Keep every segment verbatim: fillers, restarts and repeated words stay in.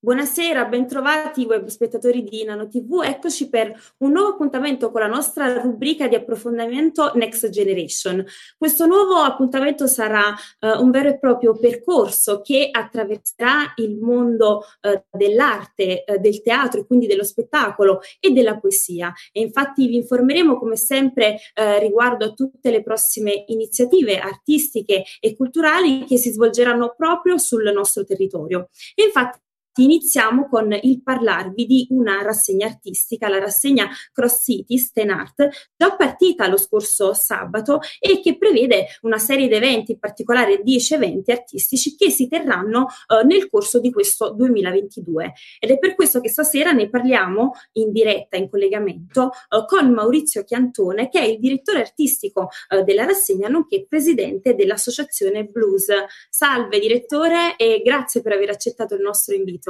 Buonasera, bentrovati web spettatori di Nano T V. Eccoci per un nuovo appuntamento con la nostra rubrica di approfondimento Next Generation. Questo nuovo appuntamento sarà eh, un vero e proprio percorso che attraverserà il mondo eh, dell'arte, eh, del teatro e quindi dello spettacolo e della poesia. E infatti vi informeremo come sempre eh, riguardo a tutte le prossime iniziative artistiche e culturali che si svolgeranno proprio sul nostro territorio. E infatti iniziamo con il parlarvi di una rassegna artistica, la rassegna Cross Cities Ten Art, già partita lo scorso sabato e che prevede una serie di eventi, in particolare dieci eventi artistici che si terranno eh, nel corso di questo duemilaventidue. Ed è per questo che stasera ne parliamo in diretta, in collegamento, eh, con Maurizio Chiantone, che è il direttore artistico eh, della rassegna, nonché presidente dell'associazione Blues. Salve direttore e grazie per aver accettato il nostro invito.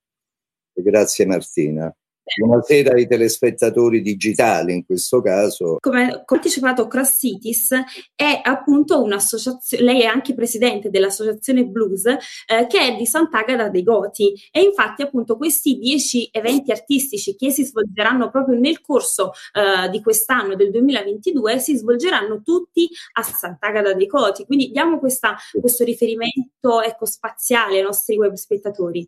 Grazie Martina. Buonasera ai telespettatori digitali in questo caso. Come, come anticipato, Cross Cities è appunto un'associazione, lei è anche presidente dell'associazione Blues eh, che è di Sant'Agata dei Goti, e infatti appunto questi dieci eventi artistici che si svolgeranno proprio nel corso eh, di quest'anno del duemilaventidue si svolgeranno tutti a Sant'Agata dei Goti, quindi diamo questa, questo riferimento ecco, spaziale ai nostri web spettatori.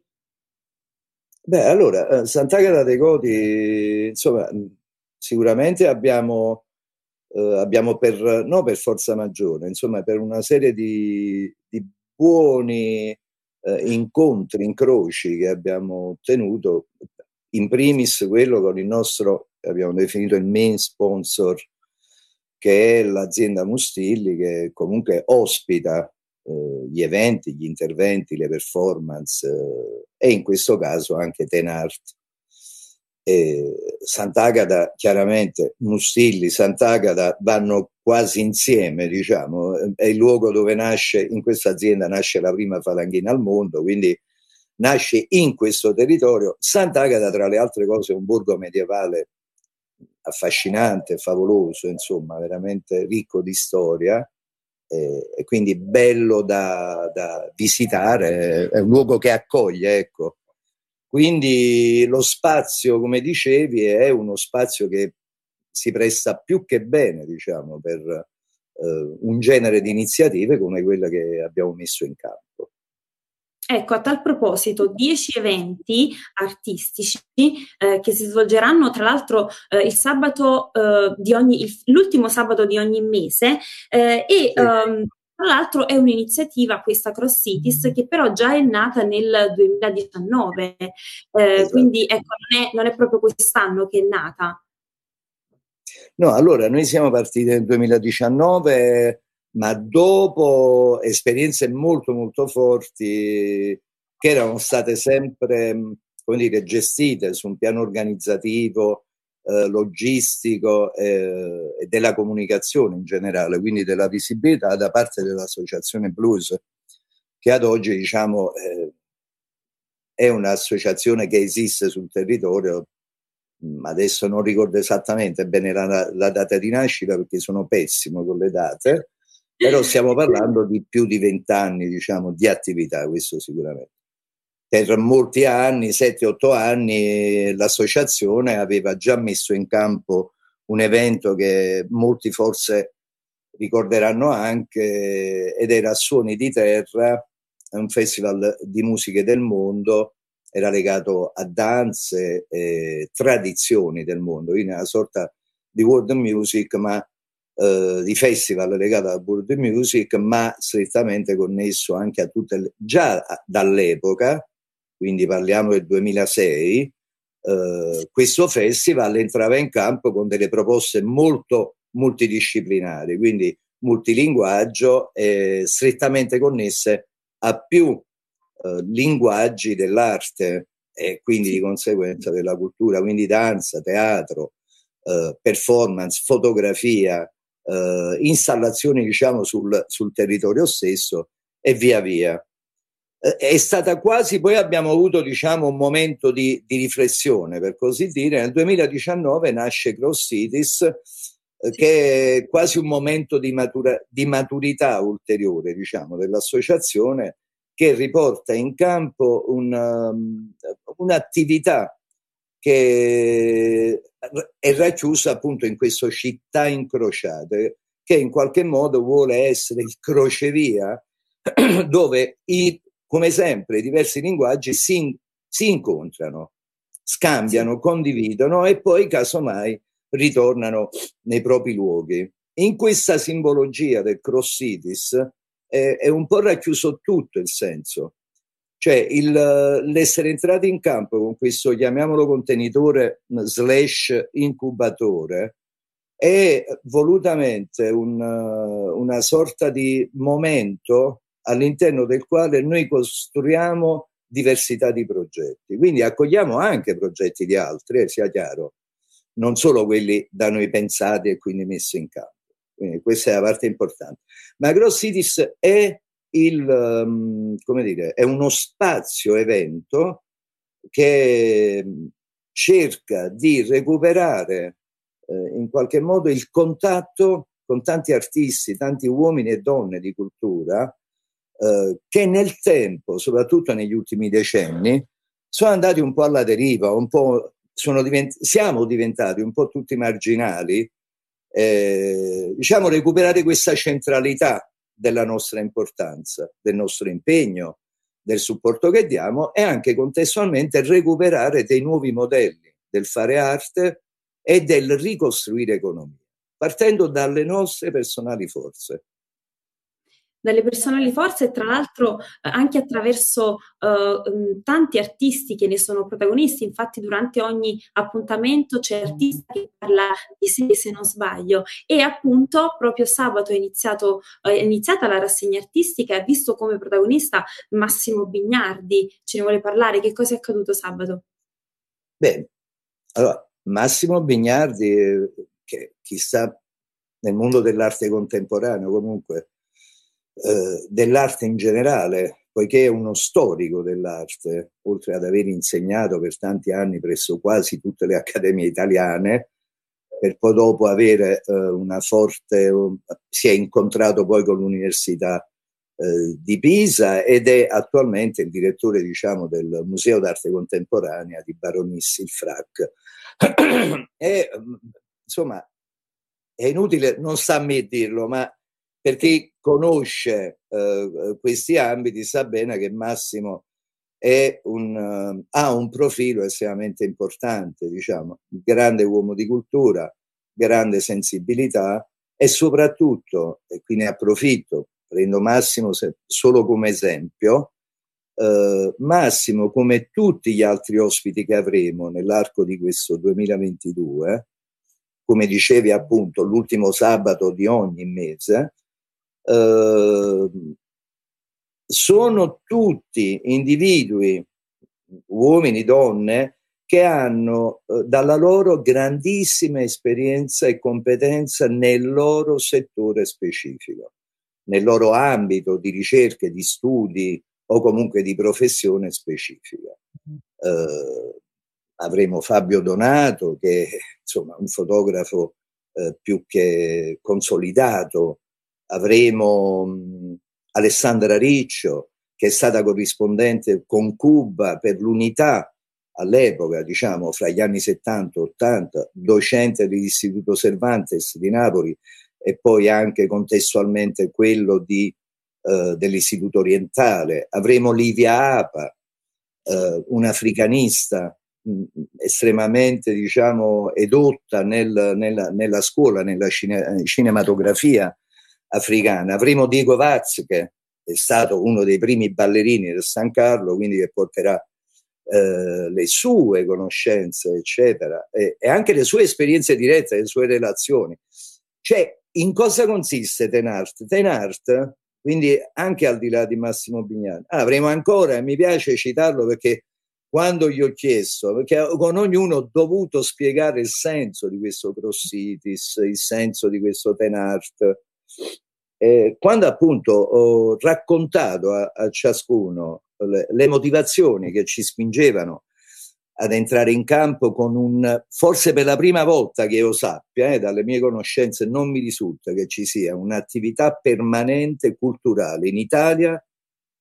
Beh, allora, Sant'Agata dei Goti, insomma, sicuramente abbiamo, eh, abbiamo per, no per forza maggiore, insomma, per una serie di, di buoni eh, incontri, incroci che abbiamo ottenuto, in primis quello con il nostro, abbiamo definito il main sponsor, che è l'azienda Mustilli, che comunque ospita Uh, gli eventi, gli interventi, le performance uh, e in questo caso anche Ten Art. E Sant'Agata, chiaramente Mustilli, Sant'Agata vanno quasi insieme, diciamo, è il luogo dove nasce, in questa azienda nasce la prima falanghina al mondo, quindi nasce in questo territorio. Sant'Agata, tra le altre cose, è un borgo medievale affascinante, favoloso, insomma, veramente ricco di storia. E, e quindi bello da, da visitare, è un luogo che accoglie, ecco. Quindi lo spazio, come dicevi, è uno spazio che si presta più che bene, diciamo, per eh, un genere di iniziative come quella che abbiamo messo in campo. Ecco, a tal proposito, dieci eventi artistici eh, che si svolgeranno tra l'altro eh, il sabato eh, di ogni, il, l'ultimo sabato di ogni mese eh, e Sì. um, tra l'altro è un'iniziativa, questa Cross Cities, che però già è nata nel duemiladiciannove, eh, Esatto. Quindi ecco, non è, non è proprio quest'anno che è nata. No, allora noi siamo partiti nel duemiladiciannove, ma dopo esperienze molto molto forti che erano state sempre, come dire, gestite su un piano organizzativo, eh, logistico eh, e della comunicazione in generale, quindi della visibilità da parte dell'associazione Blues, che ad oggi, diciamo, eh, è un'associazione che esiste sul territorio. Adesso non ricordo esattamente bene la, la data di nascita perché sono pessimo con le date, però stiamo parlando di più di vent'anni, diciamo, di attività, questo sicuramente. Per molti anni, sette otto anni, l'associazione aveva già messo in campo un evento che molti forse ricorderanno anche, ed era Suoni di Terra, un festival di musiche del mondo. Era legato a danze e tradizioni del mondo, quindi una sorta di world music, ma eh, di festival legato alla world music, ma strettamente connesso anche a tutte le, già dall'epoca, quindi parliamo del duemilasei, eh, questo festival entrava in campo con delle proposte molto multidisciplinari, quindi multilinguaggio e strettamente connesse a più Uh, linguaggi dell'arte e quindi di conseguenza della cultura, quindi danza, teatro, uh, performance, fotografia, uh, installazioni diciamo sul, sul territorio stesso e via via. Uh, è stata quasi, poi abbiamo avuto diciamo un momento di, di riflessione, per così dire. Nel duemiladiciannove nasce Cross Cities, uh, che è quasi un momento di, matura, di maturità ulteriore diciamo dell'associazione, che riporta in campo un, um, un'attività che è racchiusa appunto in queste città incrociate, che in qualche modo vuole essere il crocevia dove, i, come sempre, i diversi linguaggi si, si incontrano, scambiano, sì, condividono e poi casomai ritornano nei propri luoghi. In questa simbologia del cross cities eh, è un po' racchiuso tutto il senso, cioè il, l'essere entrati in campo con questo, chiamiamolo contenitore slash incubatore, è volutamente un, una sorta di momento all'interno del quale noi costruiamo diversità di progetti, quindi accogliamo anche progetti di altri, eh, sia chiaro, non solo quelli da noi pensati e quindi messi in campo. Quindi questa è la parte importante. Ma Cross Cities è il, um, come dire, è uno spazio evento che cerca di recuperare eh, in qualche modo il contatto con tanti artisti, tanti uomini e donne di cultura eh, che nel tempo, soprattutto negli ultimi decenni, sono andati un po' alla deriva, un po' sono divent- siamo diventati un po' tutti marginali. Eh, diciamo, recuperare questa centralità della nostra importanza, del nostro impegno, del supporto che diamo e anche contestualmente recuperare dei nuovi modelli del fare arte e del ricostruire economia, partendo dalle nostre personali forze. Dalle personali forze e tra l'altro anche attraverso uh, tanti artisti che ne sono protagonisti. Infatti durante ogni appuntamento c'è artista che parla di sé, se non sbaglio, e appunto proprio sabato è, iniziato, è iniziata la rassegna artistica e ha visto come protagonista Massimo Bignardi. Ce ne vuole parlare? Che cosa è accaduto sabato? Bene, allora Massimo Bignardi, che chissà nel mondo dell'arte contemporanea comunque, Eh, dell'arte in generale, poiché è uno storico dell'arte, oltre ad aver insegnato per tanti anni presso quasi tutte le accademie italiane, per poi dopo avere eh, una forte, um, si è incontrato poi con l'Università eh, di Pisa ed è attualmente il direttore, diciamo, del Museo d'Arte Contemporanea di Baronissi, il Frac. E insomma, è inutile, non sta a me dirlo, ma per chi conosce eh, questi ambiti sa bene che Massimo è un, uh, ha un profilo estremamente importante, diciamo, grande uomo di cultura, grande sensibilità e soprattutto, e qui ne approfitto, prendo Massimo se, solo come esempio, eh, Massimo, come tutti gli altri ospiti che avremo nell'arco di questo duemilaventidue, come dicevi appunto l'ultimo sabato di ogni mese, Uh, sono tutti individui, uomini, donne, che hanno uh, dalla loro grandissima esperienza e competenza nel loro settore specifico, nel loro ambito di ricerche, di studi o comunque di professione specifica. Uh, avremo Fabio Donato, che è insomma un fotografo uh, più che consolidato. Avremo mh, Alessandra Riccio, che è stata corrispondente con Cuba per l'unità all'epoca, diciamo, fra gli anni settanta e ottanta, docente dell'Istituto Cervantes di Napoli e poi anche contestualmente quello di, eh, dell'Istituto Orientale. Avremo Livia Apa, eh, un'africanista mh, estremamente, diciamo, edotta nel, nella, nella scuola, nella cine, cinematografia africana. Avremo Diego Vaz, che è stato uno dei primi ballerini del San Carlo, quindi che porterà eh, le sue conoscenze, eccetera, e, e anche le sue esperienze dirette, le sue relazioni. Cioè, in cosa consiste Tenart? Tenart, quindi anche al di là di Massimo Bignardi, ah, avremo ancora, e mi piace citarlo perché quando gli ho chiesto, perché con ognuno ho dovuto spiegare il senso di questo Cross Cities, il senso di questo Tenart, eh, quando appunto ho raccontato a, a ciascuno le, le motivazioni che ci spingevano ad entrare in campo con un, forse per la prima volta che io sappia, eh, dalle mie conoscenze non mi risulta che ci sia un'attività permanente culturale in Italia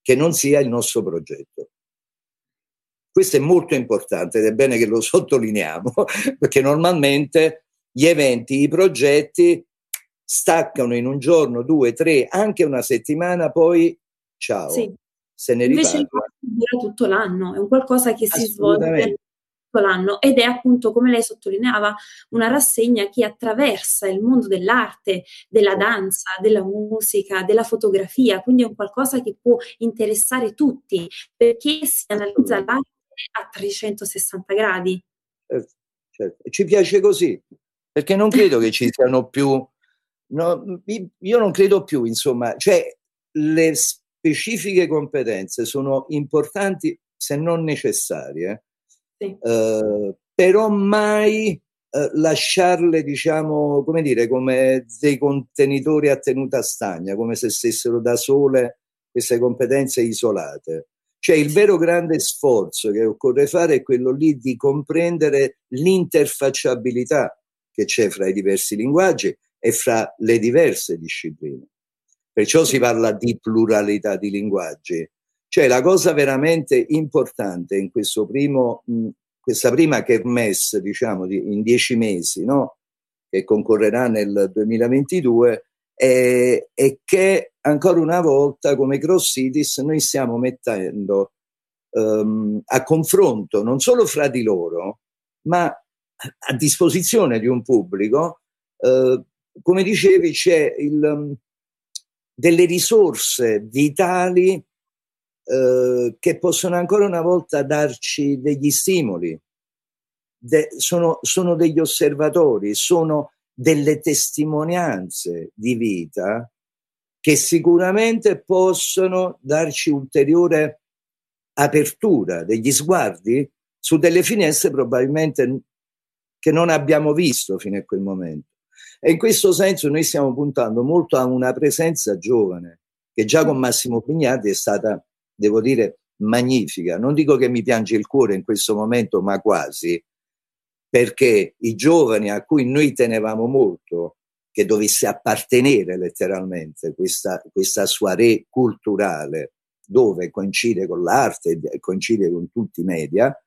che non sia il nostro progetto. Questo è molto importante ed è bene che lo sottolineiamo, perché normalmente gli eventi, i progetti staccano in un giorno, due, tre, anche una settimana, poi ciao, sì. se ne Invece riparla. dura tutto l'anno, è un qualcosa che si svolge Assolutamente. tutto l'anno ed è appunto, come lei sottolineava, una rassegna che attraversa il mondo dell'arte, della danza, della musica, della fotografia, quindi è un qualcosa che può interessare tutti, perché si analizza l'arte a trecentosessanta gradi. Certo, certo. Ci piace così, perché non credo che ci siano più, no, io non credo più, insomma, cioè le specifiche competenze sono importanti se non necessarie, Sì. eh, però mai eh, lasciarle, diciamo, come dire, come dei contenitori a tenuta stagna, come se stessero da sole queste competenze isolate. Cioè il vero grande sforzo che occorre fare è quello lì di comprendere l'interfacciabilità che c'è fra i diversi linguaggi e fra le diverse discipline. Perciò si parla di pluralità di linguaggi. Cioè la cosa veramente importante in questo primo, mh, questa prima kermesse, diciamo, di, in dieci mesi, no? Che concorrerà nel duemilaventidue, è, è che ancora una volta come Cross Cities noi stiamo mettendo um, a confronto non solo fra di loro, ma a disposizione di un pubblico, uh, come dicevi, c'è il, um, delle risorse vitali uh, che possono ancora una volta darci degli stimoli. De, sono, sono degli osservatori, sono delle testimonianze di vita che sicuramente possono darci ulteriore apertura, degli sguardi su delle finestre probabilmente che non abbiamo visto fino a quel momento. E in questo senso noi stiamo puntando molto a una presenza giovane, che già con Massimo Pignardi è stata, devo dire, magnifica. Non dico che mi piange il cuore in questo momento, ma quasi, perché i giovani a cui noi tenevamo molto, che dovesse appartenere letteralmente questa, questa soirée culturale, dove coincide con l'arte e coincide con tutti i media,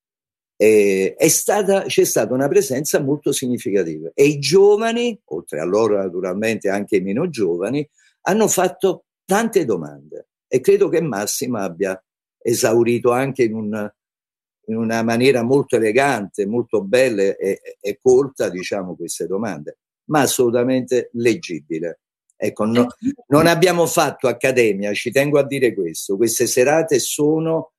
eh, è stata, c'è stata una presenza molto significativa. E i giovani, oltre a loro naturalmente anche i meno giovani, hanno fatto tante domande. E credo che Massima abbia esaurito anche in un... in una maniera molto elegante, molto bella e, e colta, diciamo, queste domande, ma assolutamente leggibile. Ecco, no, non abbiamo fatto accademia, ci tengo a dire questo, queste serate sono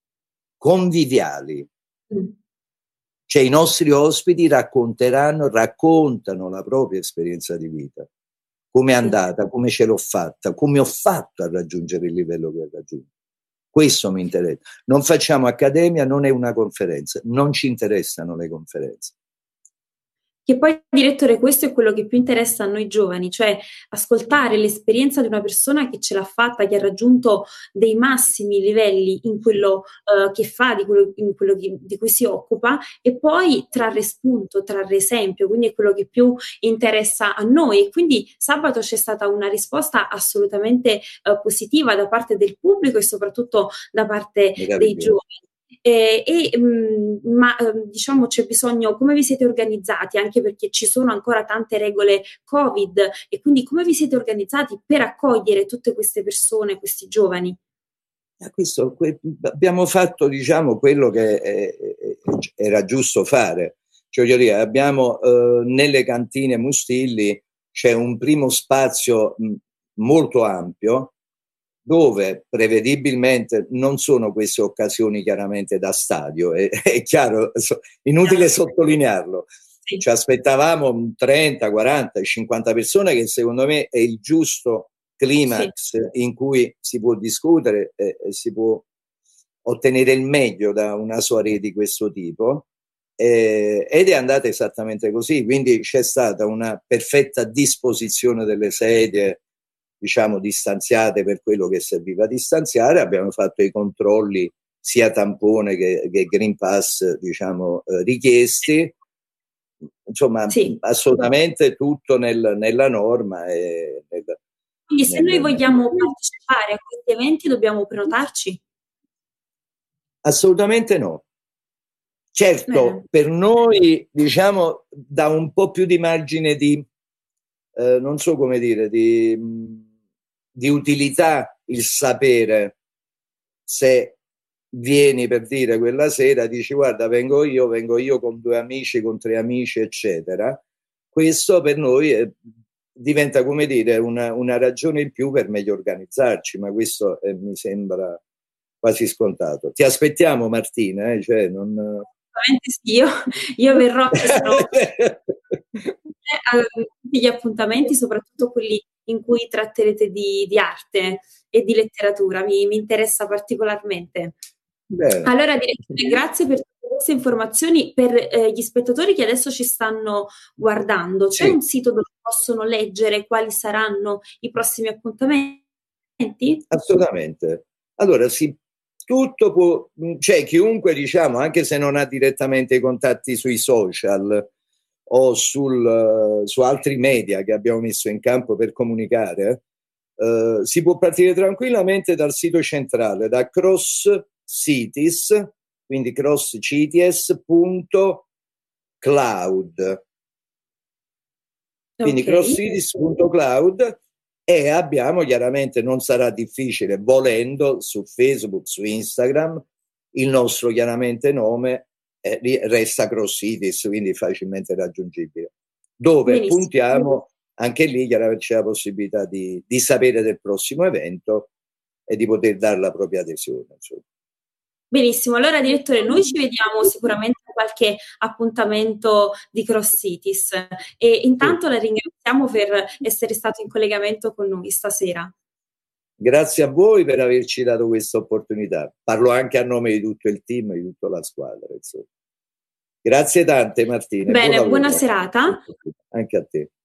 conviviali. Cioè i nostri ospiti racconteranno, raccontano la propria esperienza di vita, come è andata, come ce l'ho fatta, come ho fatto a raggiungere il livello che ho raggiunto. Questo mi interessa. Non facciamo accademia, non è una conferenza, non ci interessano le conferenze. Che poi, direttore, questo è quello che più interessa a noi giovani, cioè ascoltare l'esperienza di una persona che ce l'ha fatta, che ha raggiunto dei massimi livelli in quello uh, che fa, di quello, in quello che, di cui si occupa, e poi trarre spunto, trarre esempio, quindi è quello che più interessa a noi. Quindi sabato c'è stata una risposta assolutamente uh, positiva da parte del pubblico e soprattutto da parte dei giovani. Eh, e, mh, ma eh, diciamo c'è bisogno, come vi siete organizzati, anche perché ci sono ancora tante regole Covid, e quindi come vi siete organizzati per accogliere tutte queste persone, questi giovani? A questo, que, abbiamo fatto, diciamo, quello che è, è, era giusto fare, cioè, dire, abbiamo eh, nelle cantine Mustilli c'è un primo spazio mh, molto ampio, dove prevedibilmente non sono queste occasioni chiaramente da stadio, è, è chiaro, inutile sottolinearlo. Sì. Ci aspettavamo trenta, quaranta, cinquanta persone, che secondo me è il giusto climax, sì, in cui si può discutere e, e si può ottenere il meglio da una soirée di questo tipo, eh, ed è andata esattamente così, quindi c'è stata una perfetta disposizione delle sedie, diciamo distanziate per quello che serviva a distanziare. Abbiamo fatto i controlli sia tampone che, che Green Pass, diciamo, eh, richiesti, insomma, sì, assolutamente tutto nel, nella norma e nel, Quindi se noi vogliamo partecipare a questi eventi dobbiamo prenotarci? Assolutamente no. Certo, Bene. per noi, diciamo, dà un po' più di margine di, eh, non so come dire, di, di utilità il sapere se vieni, per dire, quella sera, dici guarda vengo io, vengo io con due amici, con tre amici, eccetera. Questo per noi è, diventa, come dire, una, una ragione in più per meglio organizzarci, ma questo eh, mi sembra quasi scontato. Ti aspettiamo Martina, eh? Cioè, non... Sì, io, io verrò e sarò a tutti gli appuntamenti, soprattutto quelli in cui tratterete di, di arte e di letteratura, mi, mi interessa particolarmente. Bene. Allora, direttore, grazie per tutte queste informazioni. Per eh, gli spettatori che adesso ci stanno guardando, c'è Sì. un sito dove possono leggere quali saranno i prossimi appuntamenti? Assolutamente. Allora, sì, tutto può, cioè chiunque, diciamo, anche se non ha direttamente i contatti sui social o sul, su altri media che abbiamo messo in campo per comunicare, eh, si può partire tranquillamente dal sito centrale, da Cross Cities, quindi crosscities punto cloud. Quindi Okay. crosscities punto cloud, e abbiamo, chiaramente non sarà difficile, volendo, su Facebook, su Instagram, il nostro chiaramente nome eh, resta CrossCities, quindi facilmente raggiungibile. Dove Benissimo. puntiamo, anche lì chiaramente c'è la possibilità di, di sapere del prossimo evento e di poter dare la propria adesione. Insomma. Benissimo, allora direttore, noi ci vediamo sicuramente a qualche appuntamento di Cross Cities e intanto la ringraziamo per essere stato in collegamento con noi stasera. Grazie a voi per averci dato questa opportunità. Parlo anche a nome di tutto il team, di tutta la squadra. Insomma. Grazie tante Martina. Bene, buon buona lavoro. serata. Anche a te.